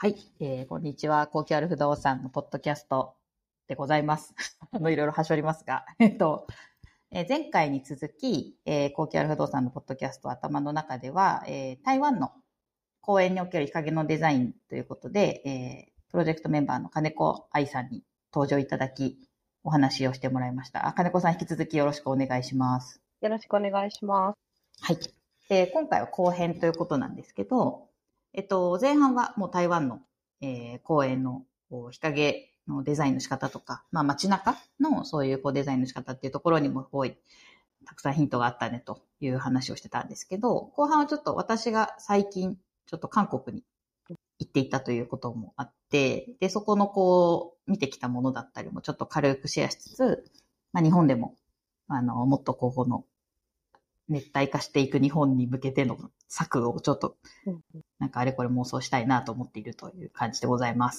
はい、こんにちは。高級ある不動産のポッドキャストでございます。いろいろはしょりますが、前回に続き、高級ある不動産のポッドキャスト頭の中では、台湾の公園における日陰のデザインということで、プロジェクトメンバーの金子愛さんに登場いただき、お話をしてもらいました。金子さん引き続きよろしくお願いします。 よろしくお願いします。 はい。今回は後編ということなんですけど、前半はもう台湾の、公園の日陰のデザインの仕方とか、街中のそういうデザインの仕方っていうところにもすごいたくさんヒントがあったねという話をしてたんですけど、後半はちょっと私が最近ちょっと韓国に行っていたということもあって、で、そこの見てきたものだったりもちょっと軽くシェアしつつ、日本でも、もっとこの熱帯化していく日本に向けての策をちょっと、なんかあれこれ妄想したいなと思っているという感じでございます。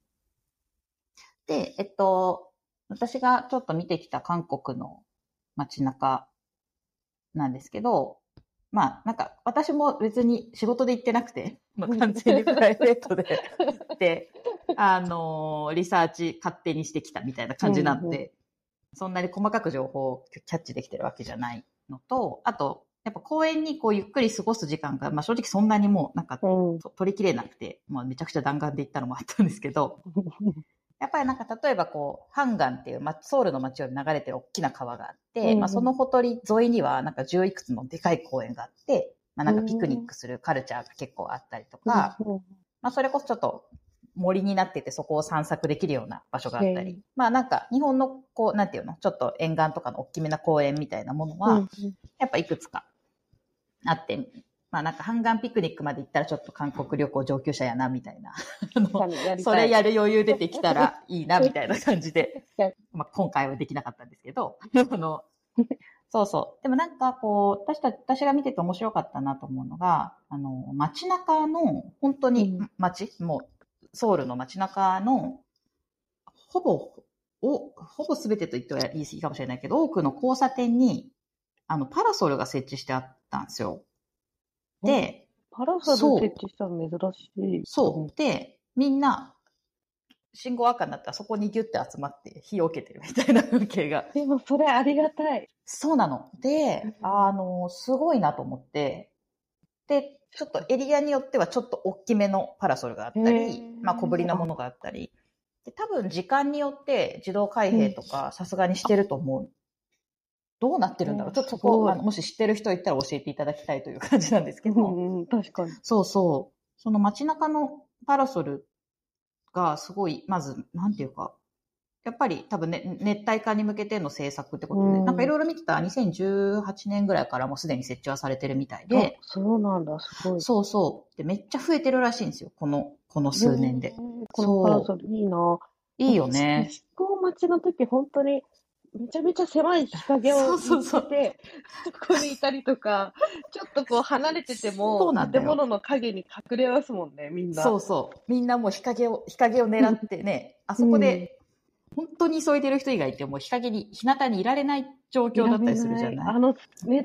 で、私がちょっと見てきた韓国の街中なんですけど、なんか私も別に仕事で行ってなくて、完全にプライベートでで、リサーチ勝手にしてきたみたいな感じなので、そんなに細かく情報をキャッチできてるわけじゃないのと、あと、やっぱ公園にゆっくり過ごす時間が、正直そんなにもうなんか、取りきれなくて、めちゃくちゃ弾丸で行ったのもあったんですけど、やっぱりなんか例えばハンガンっていうソウルの街を流れてる大きな川があって、そのほとり沿いにはなんか10いくつのでかい公園があって、なんかピクニックするカルチャーが結構あったりとか、それこそちょっと森になっててそこを散策できるような場所があったり、なんか日本のなんていうの、ちょっと沿岸とかの大きめな公園みたいなものは、やっぱいくつかあって、なんかハンガンピクニックまで行ったらちょっと韓国旅行上級者やなみたいなそれやる余裕出てきたらいいなみたいな感じで今回はできなかったんですけどそうそう。でもなんか私が見てて面白かったなと思うのが、街中の本当にもうソウルの街中のほぼ全てと言っては言い過ぎかもしれないけど、多くの交差点にパラソルが設置してあったんですよ。で、 パラソル設置したら珍しい。 そう。で、みんな、信号赤になったらそこにギュッて集まって火を受けてるみたいな風景が。 でもそれありがたい。 そうなの。で、すごいなと思って、で、ちょっとエリアによってはちょっと大きめのパラソルがあったり、小ぶりなものがあったり、で多分時間によって自動開閉とかさすがにしてると思う。どうなってるんだろう。ちょっとそこ、もし知ってる人いたら教えていただきたいという感じなんですけど。 確かに。 そうそう。その街中のパラソルがすごい、まず、なんていうか、やっぱり多分ね、熱帯化に向けての政策ってことで、なんかいろいろ見てたら2018年ぐらいからもうすでに設置はされてるみたいで。 そうなんだ、すごい。 そうそう。で、めっちゃ増えてるらしいんですよ。この数年で。 このパラソルいいな。 いいよね。 飛行待ちの時本当にめちゃめちゃ狭い日陰を見つけて、そこにいたりとか、ちょっと離れてても、建物の影に隠れますもんね、みんな。 そうそう。みんなもう日陰を狙ってね、あそこで、本当に急いでる人以外ってもう日向にいられない状況だったりするじゃない。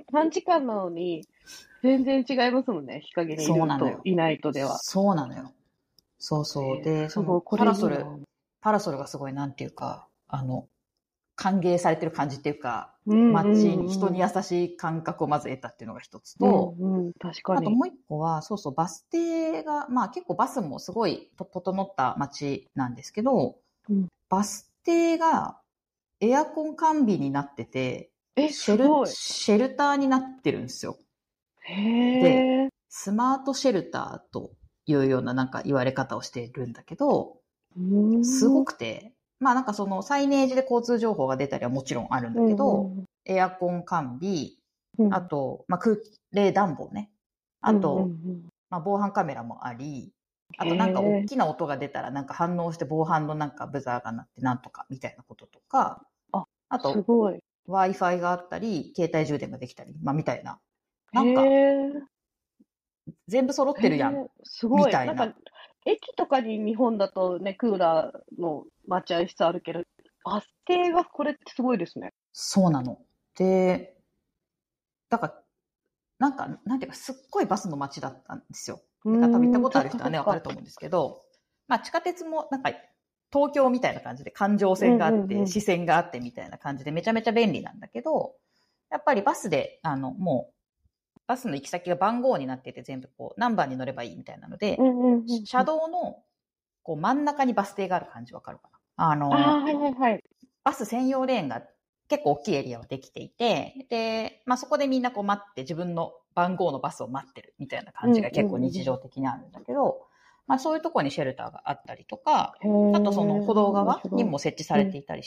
短時間なのに、全然違いますもんね、日陰にいるといないとでは。 そうなのよ。そうそう。で、そのパラソルがすごいなんていうか、歓迎されてる感じっていうか、人に優しい感覚をまず得たっていうのが一つと、 確かに。 あともう一個は、そうそう、バス停が、結構バスもすごい整った街なんですけど、バス停がエアコン完備になってて、シェルターになってるんですよ。で、スマートシェルターというようななんか言われ方をしてるんだけど、すごくて、なんかそのサイネージで交通情報が出たりはもちろんあるんだけど、エアコン完備、あと、冷暖房ね。あと、防犯カメラもあり、あとなんか大きな音が出たらなんか反応して防犯のなんかブザーが鳴ってなんとかみたいなこととか、あと、Wi-Fi があったり、携帯充電ができたり、みたいな。なんか、全部揃ってるやん。 すごい。 みたいな。 なんか、駅とかに日本だとね、クーラーの待合室あるけど、バス停がこれってすごいですね。 そうなの。で、だから、なんていうか、すっごいバスの街だったんですよ。だから多分行ったことある人はね、わかると思うんですけど、 まあ地下鉄もなんか東京みたいな感じで環状線があって、 うんうんうん、 支線があってみたいな感じでめちゃめちゃ便利なんだけど、やっぱりバスで、もう、バスの行き先が番号になってて全部こう何番に乗ればいいみたいなので、 うんうんうん、 車道のこう真ん中にバス停がある感じわかるかな。 はいはいはい。 バス専用レーンが結構大きいエリアはできていて、で、まあそこでみんなこう待って自分の番号のバスを待ってるみたいな感じが結構日常的にあるんだけど、まあそういうところにシェルターがあったりとか、あとその歩道側にも設置されていたりして、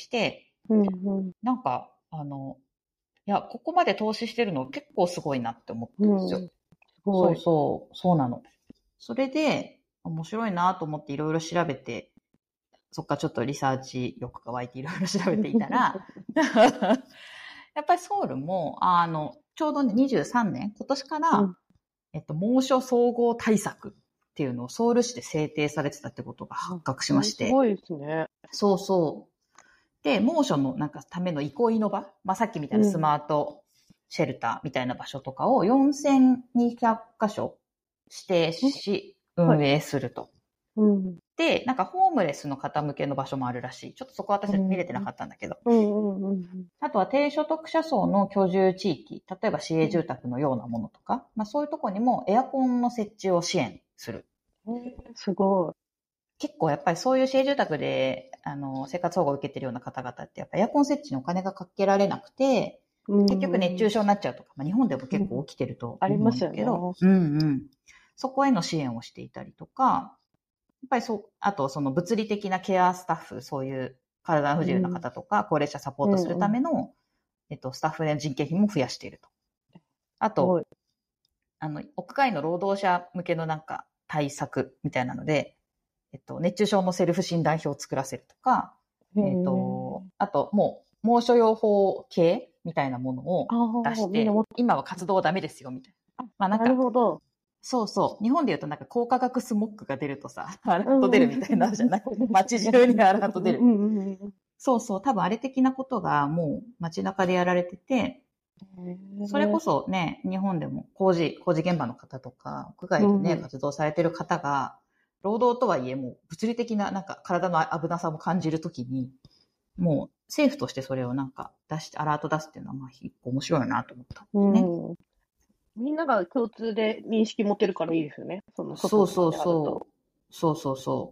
なんか、いや、ここまで投資してるの結構すごいなって思ったんですよ。そうそう、そうなの。それで、面白いなと思っていろいろ調べて、そっかちょっとリサーチ欲が湧いていろいろ調べていたら、やっぱりソウルも、ちょうど23年、今年から、猛暑総合対策っていうのをソウル市で制定されてたってことが発覚しまして。 すごいですね。 そうそう。で、猛暑のなんかための憩いの場、まあ、さっきみたいなスマートシェルターみたいな場所とかを4200箇所指定し、運営すると。で、なんかホームレスの方向けの場所もあるらしい。ちょっとそこは私見れてなかったんだけど。あとは低所得者層の居住地域、例えば市営住宅のようなものとか、まあそういうところにもエアコンの設置を支援する。 すごい。 結構やっぱりそういう市営住宅で、生活保護を受けてるような方々って、やっぱエアコン設置にお金がかけられなくて、結局熱中症になっちゃうとか、まあ、日本でも結構起きてると思うんだけど、そこへの支援をしていたりとか、やっぱりあとその物理的なケアスタッフ、そういう体の不自由な方とか、高齢者サポートするための、スタッフの人件費も増やしていると。あと、屋外の労働者向けのなんか対策みたいなので、熱中症のセルフ診断表を作らせるとか、あと、もう、猛暑予報計みたいなものを出して、今は活動ダメですよ、みたいな。まあなんか、 なるほど。 そうそう。日本で言うとなんか高化学スモッグが出るとさ、アラート出るみたいなのじゃない？街中にアラート出る。そうそう。多分あれ的なことがもう街中でやられてて、それこそね、日本でも工事現場の方とか、屋外でね、活動されてる方が、労働とはいえもう物理的ななんか体の危なさも感じるときに、もう政府としてそれをなんか出して、アラート出すっていうのはまあ結構面白いなと思ったんですね。 みんなが共通で認識持てるからいいですよね。 そうそうそう。そうそうそう。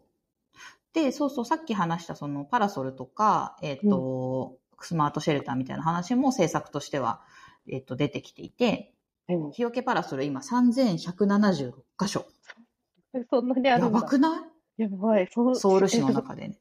で、そうそう、さっき話したそのパラソルとか、スマートシェルターみたいな話も政策としては、出てきていて、日よけパラソル今3176箇所。 そんなにあるんだ。 やばくない？ やばい。 ソウル市の中でね。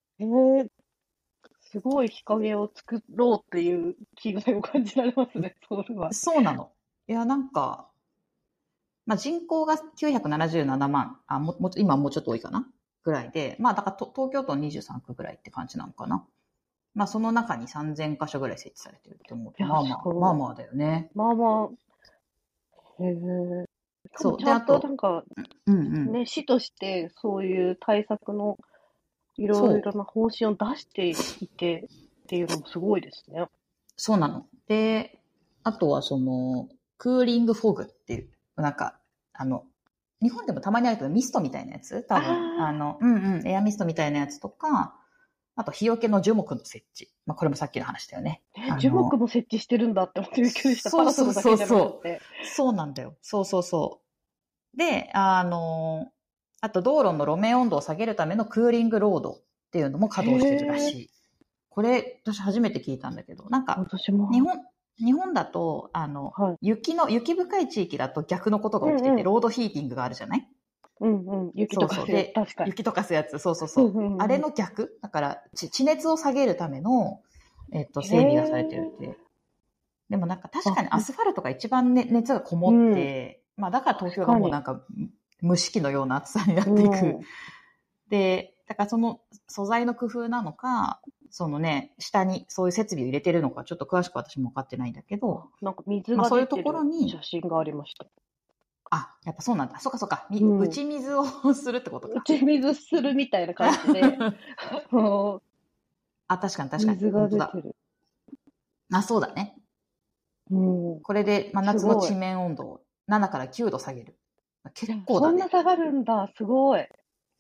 すごい日陰を作ろうっていう気概を感じられますね、ソウルは。 そうなの。いや、なんか、まあ、人口が977万、今もうちょっと多いかなぐらいで、まあ、だから東京都23区ぐらいって感じなのかな。まあ、その中に3000箇所ぐらい設置されてるって思うと、まあまあだよね。 まあまあ。へえ。そう。ちゃんとなんか、ね、市としてそういう対策のいろいろな方針を出していてっていうのもすごいですね。 そうなの。で、あとはその、クーリングフォグっていう、なんか、日本でもたまにあるけどミストみたいなやつ多分、エアミストみたいなやつとか、あと日よけの樹木の設置。まあ、これもさっきの話だよね。 樹木も設置してるんだって思ってびっくりした。 そうそうそうそう。そうなんだよ。そうそうそう。で、あと道路の路面温度を下げるためのクーリングロードっていうのも稼働してるらしい。これ、私初めて聞いたんだけど、なんか、日本だと、雪深い地域だと逆のことが起きてて、ロードヒーティングがあるじゃない？ 雪とかすやつ。確かに。 雪とかすやつ。そうそうそう。あれの逆だから、地熱を下げるための、整備がされてるって。でもなんか確かにアスファルトが一番、ね、熱がこもって、まあだから東京がもうなんか蒸し器のような暑さになっていく。で、だからその素材の工夫なのか、そのね、下にそういう設備を入れてるのか、ちょっと詳しく私も分かってないんだけど、 なんか水が出てる写真がありました。 あ、やっぱそうなんだ。そっかそっか。打ち水をするってことか。 打ち水するみたいな感じで。 あ、確かに確かに。 水が出てる。 あ、そうだね。これで真夏の地面温度を7から9度下げる。結構だね。 そんな下がるんだ。すごい。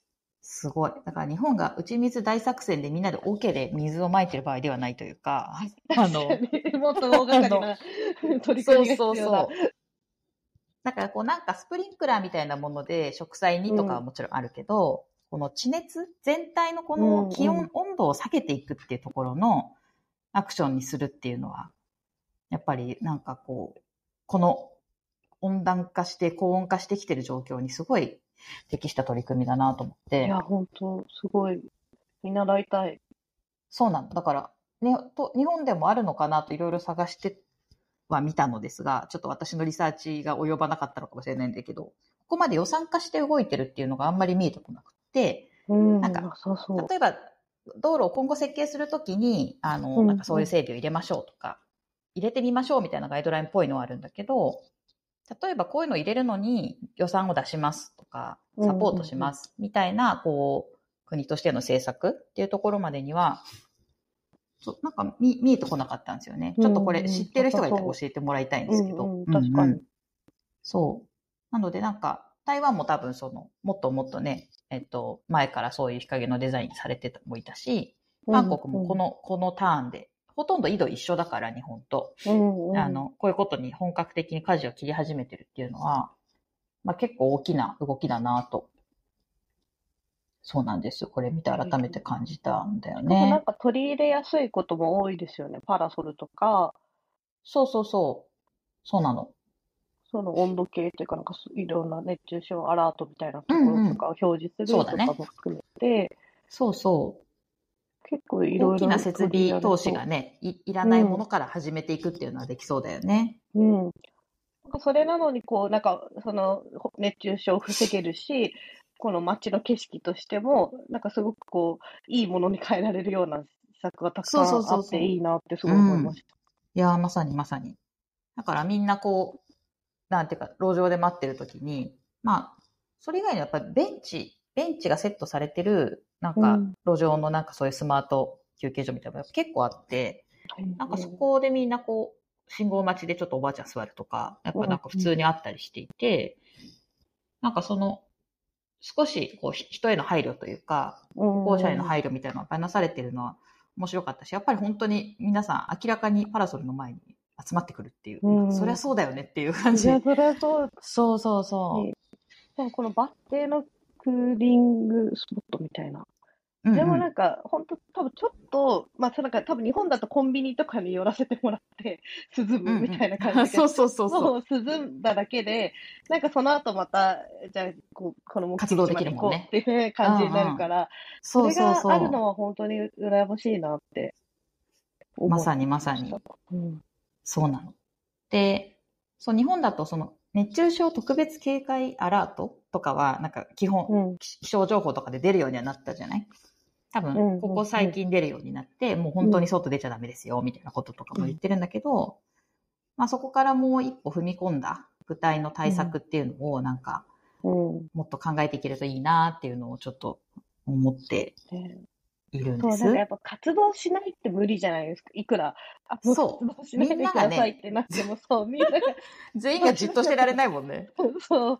すごい。だから日本が打ち水大作戦でみんなで桶で水をまいてる場合ではないというか、 もっと大掛かりな取り組みが必要だ。そう。 だからなんかスプリンクラーみたいなもので植栽にとかはもちろんあるけど、この地熱全体のこの気温、温度を下げていくっていうところのアクションにするっていうのは、やっぱりなんかこの温暖化して高温化してきてる状況にすごい適した取り組みだなと思って。 いや、本当すごい。見習いたい。 そうなんだ。だから、ね、日本でもあるのかなといろいろ探しては見たのですが、ちょっと私のリサーチが及ばなかったのかもしれないんだけど、ここまで予算化して動いてるっていうのがあんまり見えてこなくて、なんか、例えば、道路を今後設計するときに、なんかそういう整備を入れましょうとか、入れてみましょうみたいなガイドラインっぽいのはあるんだけど、例えばこういうの入れるのに予算を出しますとか、サポートしますみたいな、国としての政策っていうところまでには、なんか見えてこなかったんですよね。ちょっとこれ知ってる人がいたら教えてもらいたいんですけど。 確かに。 そう。なのでなんか、台湾も多分もっともっとね、前からそういう日陰のデザインされてたもいたし、韓国もこのターンで、ほとんど緯度一緒だから日本と、こういうことに本格的に舵を切り始めてるっていうのは、まあ結構大きな動きだなと。そうなんです。これ見て改めて感じたんだよね。 なんか取り入れやすいことも多いですよね。パラソルとか。 そうなの。 その温度計っていうか、なんかいろんな熱中症アラートみたいなところとかを表示するとかも含めて、 結構いろいろ大きな設備投資がね、いらないものから始めていくっていうのはできそうだよね。 なんかそれなのになんかその熱中症を防げるし、この街の景色としても、なんかすごくいいものに変えられるような施策がたくさんあっていいなってすごい思いました。 いや、まさにまさに。だからみんななんていうか、路上で待ってる時に、まあ、それ以外にやっぱりベンチがセットされてる、なんか、路上のなんかそういうスマート休憩所みたいなのが結構あって、なんかそこでみんな信号待ちでちょっとおばあちゃん座るとか、やっぱなんか普通にあったりしていて、なんか少し人への配慮というか、歩行者への配慮みたいなのがなされてるのは面白かったし、やっぱり本当に皆さん明らかにパラソルの前に集まってくるっていう、そりゃそうだよねっていう感じ。 いや、そりゃそう。 そう。 このバス停のクーリングスポットみたいな。でもなんか、本当多分ちょっと、まあ、なんか多分日本だとコンビニとかに寄らせてもらって、涼むみたいな感じで。そう。涼んだだけで、なんかその後また、じゃあ、この目的地まで行こうっていう感じになるから、それがあるのは本当に羨ましいなって思いました。 まさに。そうなの。で、日本だと熱中症特別警戒アラートとかは、なんか基本、気象情報とかで出るようにはなったじゃない？多分、ここ最近出るようになって、もう本当に外出ちゃダメですよ、みたいなこととかも言ってるんだけど、まあそこからもう一歩踏み込んだ具体の対策っていうのをなんか、もっと考えていけるといいなっていうのをちょっと思っているんです。 そう、なんかやっぱ活動しないって無理じゃないですか。いくら、活動しないでくださいってなっても、みんなが。 全員がじっとしてられないもんね。 そう、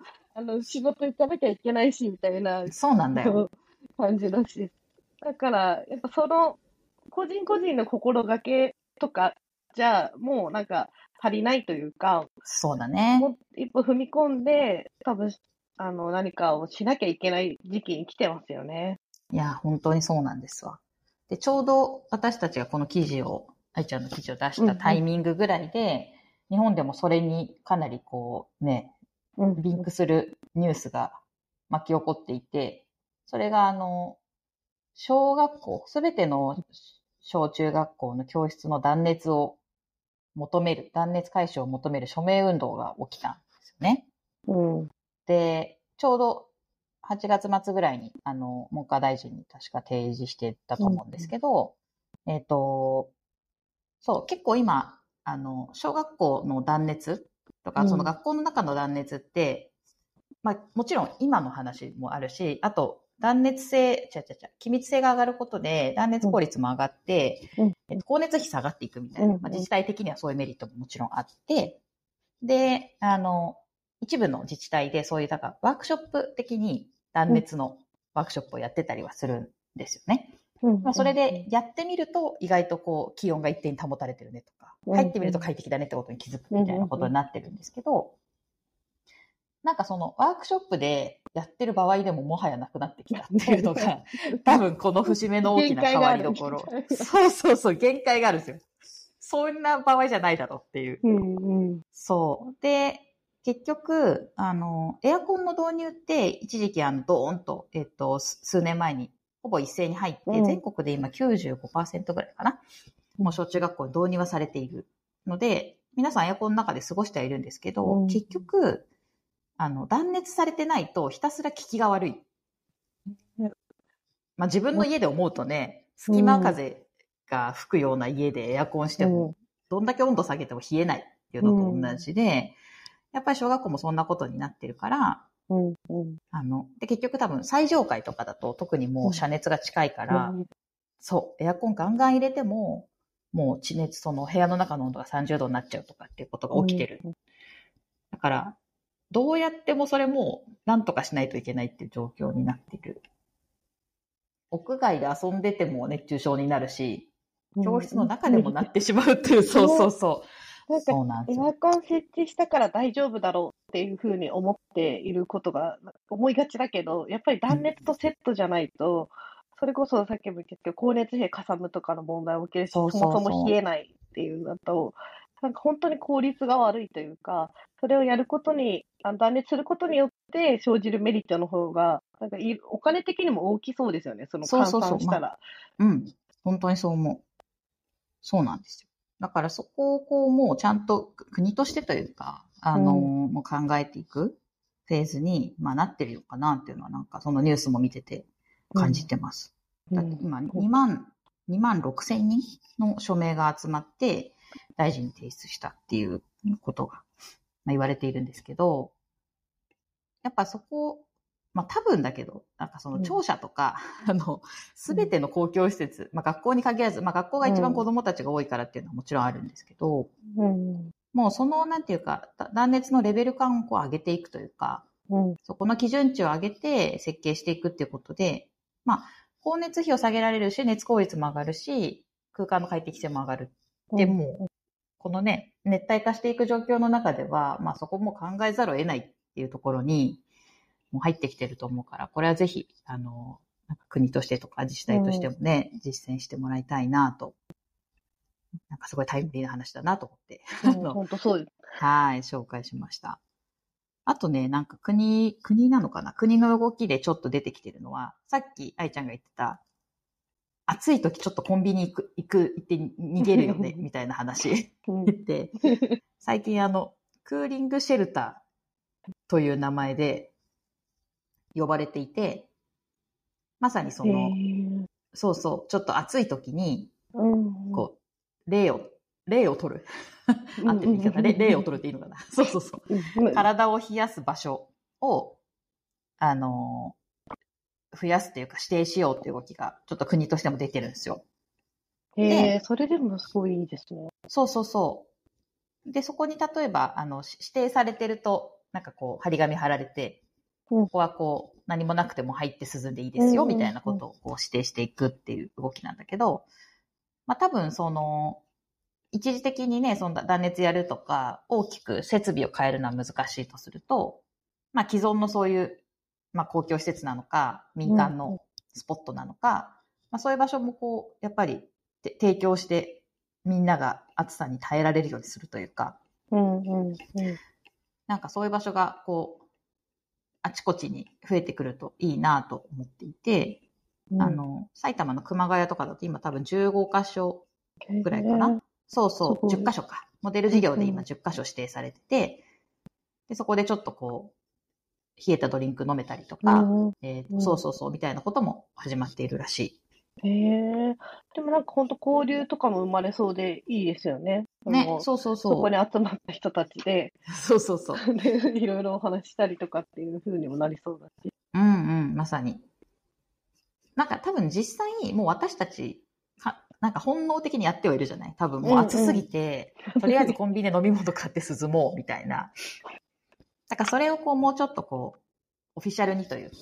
仕事行かなきゃいけないし、みたいな。 そうなんだよ。 感じだし。だから、やっぱ個人個人の心がけとか、じゃあ、もうなんか足りないというか、 そうだね。 もう一歩踏み込んで、多分、何かをしなきゃいけない時期に来てますよね。 いや、本当にそうなんですわ。で、ちょうど私たちがこの愛ちゃんの記事を出したタイミングぐらいで、日本でもそれにかなりリンクするニュースが巻き起こっていて、それが小学校、すべての小中学校の教室の断熱解消を求める署名運動が起きたんですよね。で、ちょうど8月末ぐらいに、文科大臣に確か提示してたと思うんですけど、そう、結構今、小学校の断熱とか、その学校の中の断熱って、まあ、もちろん今の話もあるし、あと、気密性が上がることで断熱効率も上がって、光熱費下がっていくみたいな、まあ、自治体的にはそういうメリットももちろんあって、で、一部の自治体でそういう、だからワークショップ的に断熱のワークショップをやってたりはするんですよね。まあ、それでやってみると意外とこう気温が一定に保たれてるねとか、入ってみると快適だねってことに気づくみたいなことになってるんですけど、なんかそのワークショップでやってる場合でももはやなくなってきたっていうのが、多分この節目の大きな変わりどころ。そうそうそう、限界があるんですよ。そんな場合じゃないだろうっていう。そう。で、結局、エアコンの導入って一時期ドーンと、数年前にほぼ一斉に入って、全国で今 95% ぐらいかな。もう小中学校に導入はされているので、皆さんエアコンの中で過ごしてはいるんですけど、結局、断熱されてないとひたすら効きが悪い。まあ自分の家で思うとね、隙間風が吹くような家でエアコンしても、どんだけ温度下げても冷えないっていうのと同じで、やっぱり小学校もそんなことになってるから、で結局多分最上階とかだと特にもう遮熱が近いから、そう、エアコンガンガン入れても、もう地熱、その部屋の中の温度が30度になっちゃうとかっていうことが起きてる。だから、どうやってもそれも何とかしないといけないっていう状況になっている。屋外で遊んでても熱中症になるし、教室の中でもなってしまうっていう、そうそうそう。 そうなんですよ。エアコン設置したから大丈夫だろうっていうふうに思っていることが思いがちだけど、やっぱり断熱とセットじゃないと、それこそさっきも言ったけど、光熱費かさむとかの問題も起きるし、そもそも冷えないっていうのだと、なんか本当に効率が悪いというか、それをやることに、断熱することによって生じるメリットの方が、なんかお金的にも大きそうですよね、その換算したら。 本当にそう思う。そうなんですよ。だからそこをこうもうちゃんと国としてというか、もう考えていくフェーズに、まあ、なってるのかなっていうのはなんかそのニュースも見てて感じてます。だって今2万6千人の署名が集まって大臣に提出したっていうことが言われているんですけど、やっぱそこ、まあ多分だけど、なんかその庁舎とか、すべての公共施設、まあ学校に限らず、まあ学校が一番子供たちが多いからっていうのはもちろんあるんですけど、もうその、なんていうか、断熱のレベル感をこう上げていくというか、そこの基準値を上げて設計していくっていうことで、まあ、光熱費を下げられるし、熱効率も上がるし、空間の快適性も上がる。でも、このね、熱帯化していく状況の中では、まあそこも考えざるを得ないっていうところに、もう入ってきてると思うから、これはぜひ、なんか国としてとか自治体としてもね、実践してもらいたいなと。なんかすごいタイムリーな話だなと思って。 本当そうです。 はい、紹介しました。あとね、なんか国なのかな、国の動きでちょっと出てきてるのは、さっき愛ちゃんが言ってた、暑い時ちょっとコンビニ行って逃げるよね、みたいな話言って、最近クーリングシェルターという名前で呼ばれていて、まさにその、そうそう、ちょっと暑い時に、こう、霊を取る。合ってる言い方、霊を取るっていいのかな。そうそうそう。体を冷やす場所を、増やすっていうか指定しようっていう動きが、ちょっと国としても出てるんですよ。 それでもすごいいいですね。 そうそうそう。で、そこに例えば、指定されてると、なんかこう、張り紙貼られて、ここはこう、何もなくても入って涼んでいいですよ、みたいなことをこう指定していくっていう動きなんだけど、まあ多分その、一時的にね、その断熱やるとか、大きく設備を変えるのは難しいとすると、まあ既存のそういう、まあ公共施設なのか、民間のスポットなのか、まあそういう場所もこう、やっぱり提供して、みんなが暑さに耐えられるようにするというか、なんかそういう場所がこう、あちこちに増えてくるといいなと思っていて、埼玉の熊谷とかだと今多分15カ所ぐらいかな。そうそう、10カ所か。モデル事業で今10カ所指定されてて、で、そこでちょっとこう、冷えたドリンク飲めたりとか、そうそうそう、みたいなことも始まっているらしい。 でもなんか本当交流とかも生まれそうでいいですよね。 ね、そうそうそう。 そこに集まった人たちで、 そうそうそう。 でいろいろお話したりとかっていう風にもなりそうだし。 まさに。なんか多分実際、もう私たち、なんか本能的にやってはいるじゃない？多分もう暑すぎて、とりあえずコンビニで飲み物買って涼もうみたいな。だからそれをこうもうちょっとこう、オフィシャルにというか、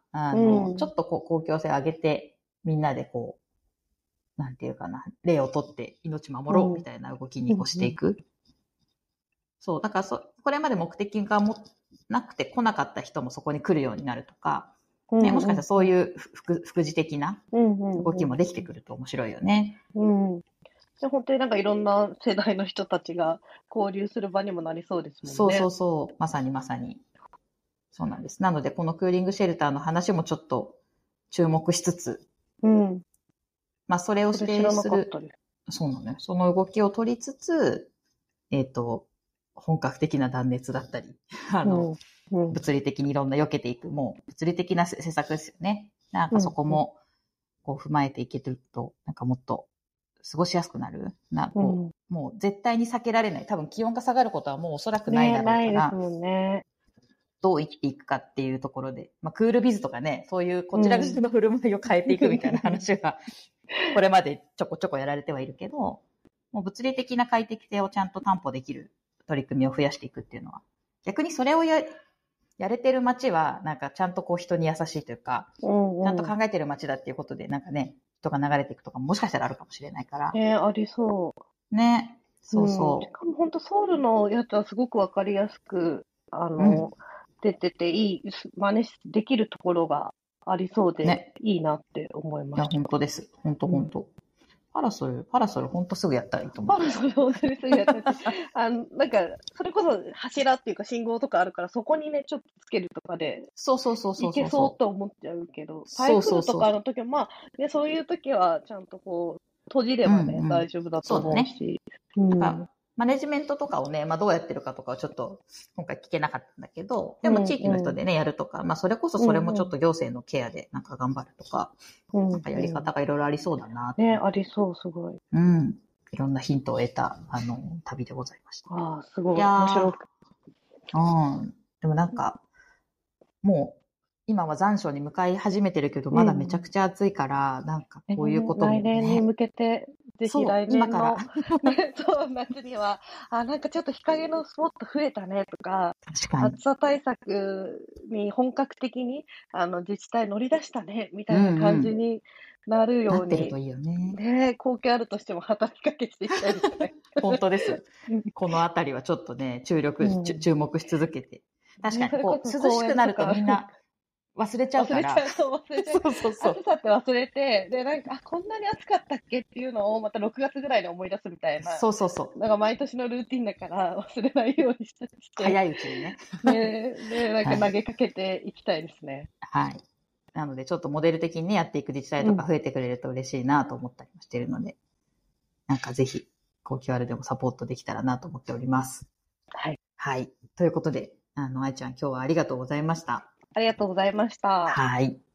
ちょっと公共性を上げて、みんなでなんていうかな、例をとって命守ろうみたいな動きにしていく。そう、だからこれまで目的がなくて来なかった人もそこに来るようになるとか、ね、もしかしたらそういう副次的な動きもできてくると面白いよね。 で本当になんかいろんな世代の人たちが交流する場にもなりそうですもんね。 そう。まさに。そうなんです。なので、このクーリングシェルターの話もちょっと注目しつつ、それを指定する、そうなのよ。その動きを取りつつ、本格的な断熱だったり、物理的にいろんな避けていく、もう物理的な施策ですよね。なんかそこも、踏まえていけてると、なんかもっと過ごしやすくなる。もう絶対に避けられない。多分気温が下がることはもうおそらくないだろうから。 ないですもんね。 どう生きていくかっていうところで、クールビズとかね、そういうこちら側の振る舞いを変えていくみたいな話が、これまでちょこちょこやられてはいるけど、もう物理的な快適性をちゃんと担保できる取り組みを増やしていくっていうのは、逆にそれをやれてる街は、なんかちゃんと人に優しいというか、ちゃんと考えてる街だっていうことで、なんかね、人が流れていくとかもしかしたらあるかもしれないから。 ありそう。 ね。そう。 しかも本当ソウルのやつはすごくわかりやすく、出てて真似できるところがありそうで、いいなって思いました。 いや、本当です。本当。パラソル本当すぐやったらいいと思う。 パラソル本当にすぐやったらなんか、それこそ柱っていうか信号とかあるから、そこにね、ちょっとつけるとかで、 そう。 いけそうと思っちゃうけど、台風とかの時は、そういう時はちゃんと閉じればね、大丈夫だと思うし。 マネジメントとかをね、どうやってるかとかはちょっと今回聞けなかったんだけど、でも地域の人でね、やるとか、それこそそれもちょっと行政のケアでなんか頑張るとか、なんかやり方がいろいろありそうだなね、ありそう、すごい。 いろんなヒントを得た、旅でございました。 すごい。面白く。 でもなんか、もう、今は残暑に向かい始めてるけど、まだめちゃくちゃ暑いから、なんかこういうことも、 来年に向けて、ぜひ来年の、夏には、なんかちょっと日陰のスポット増えたねとか、暑さ対策に本格的に自治体乗り出したねみたいな感じになるように、 なってるといいよね。 貢献あるとしても働きかけしていきたいですね。 本当です。このあたりはちょっとね、注目し続けて。確かに涼しくなるとみんな忘れちゃうから。 忘れちゃう。暑さって忘れて、で、なんか、こんなに暑かったっけっていうのをまた6月ぐらいに思い出すみたいな。 そう。 なんか毎年のルーティンだから忘れないようにして。 早いうちにね。 で、なんか投げかけていきたいですね。 はい。なので、ちょっとモデル的にね、やっていく自治体とか増えてくれると嬉しいなと思ったりもしているので、なんかぜひ、QR でもサポートできたらなと思っております。 はい。 はい。ということで、愛ちゃん今日はありがとうございました。 ありがとうございました。 はい。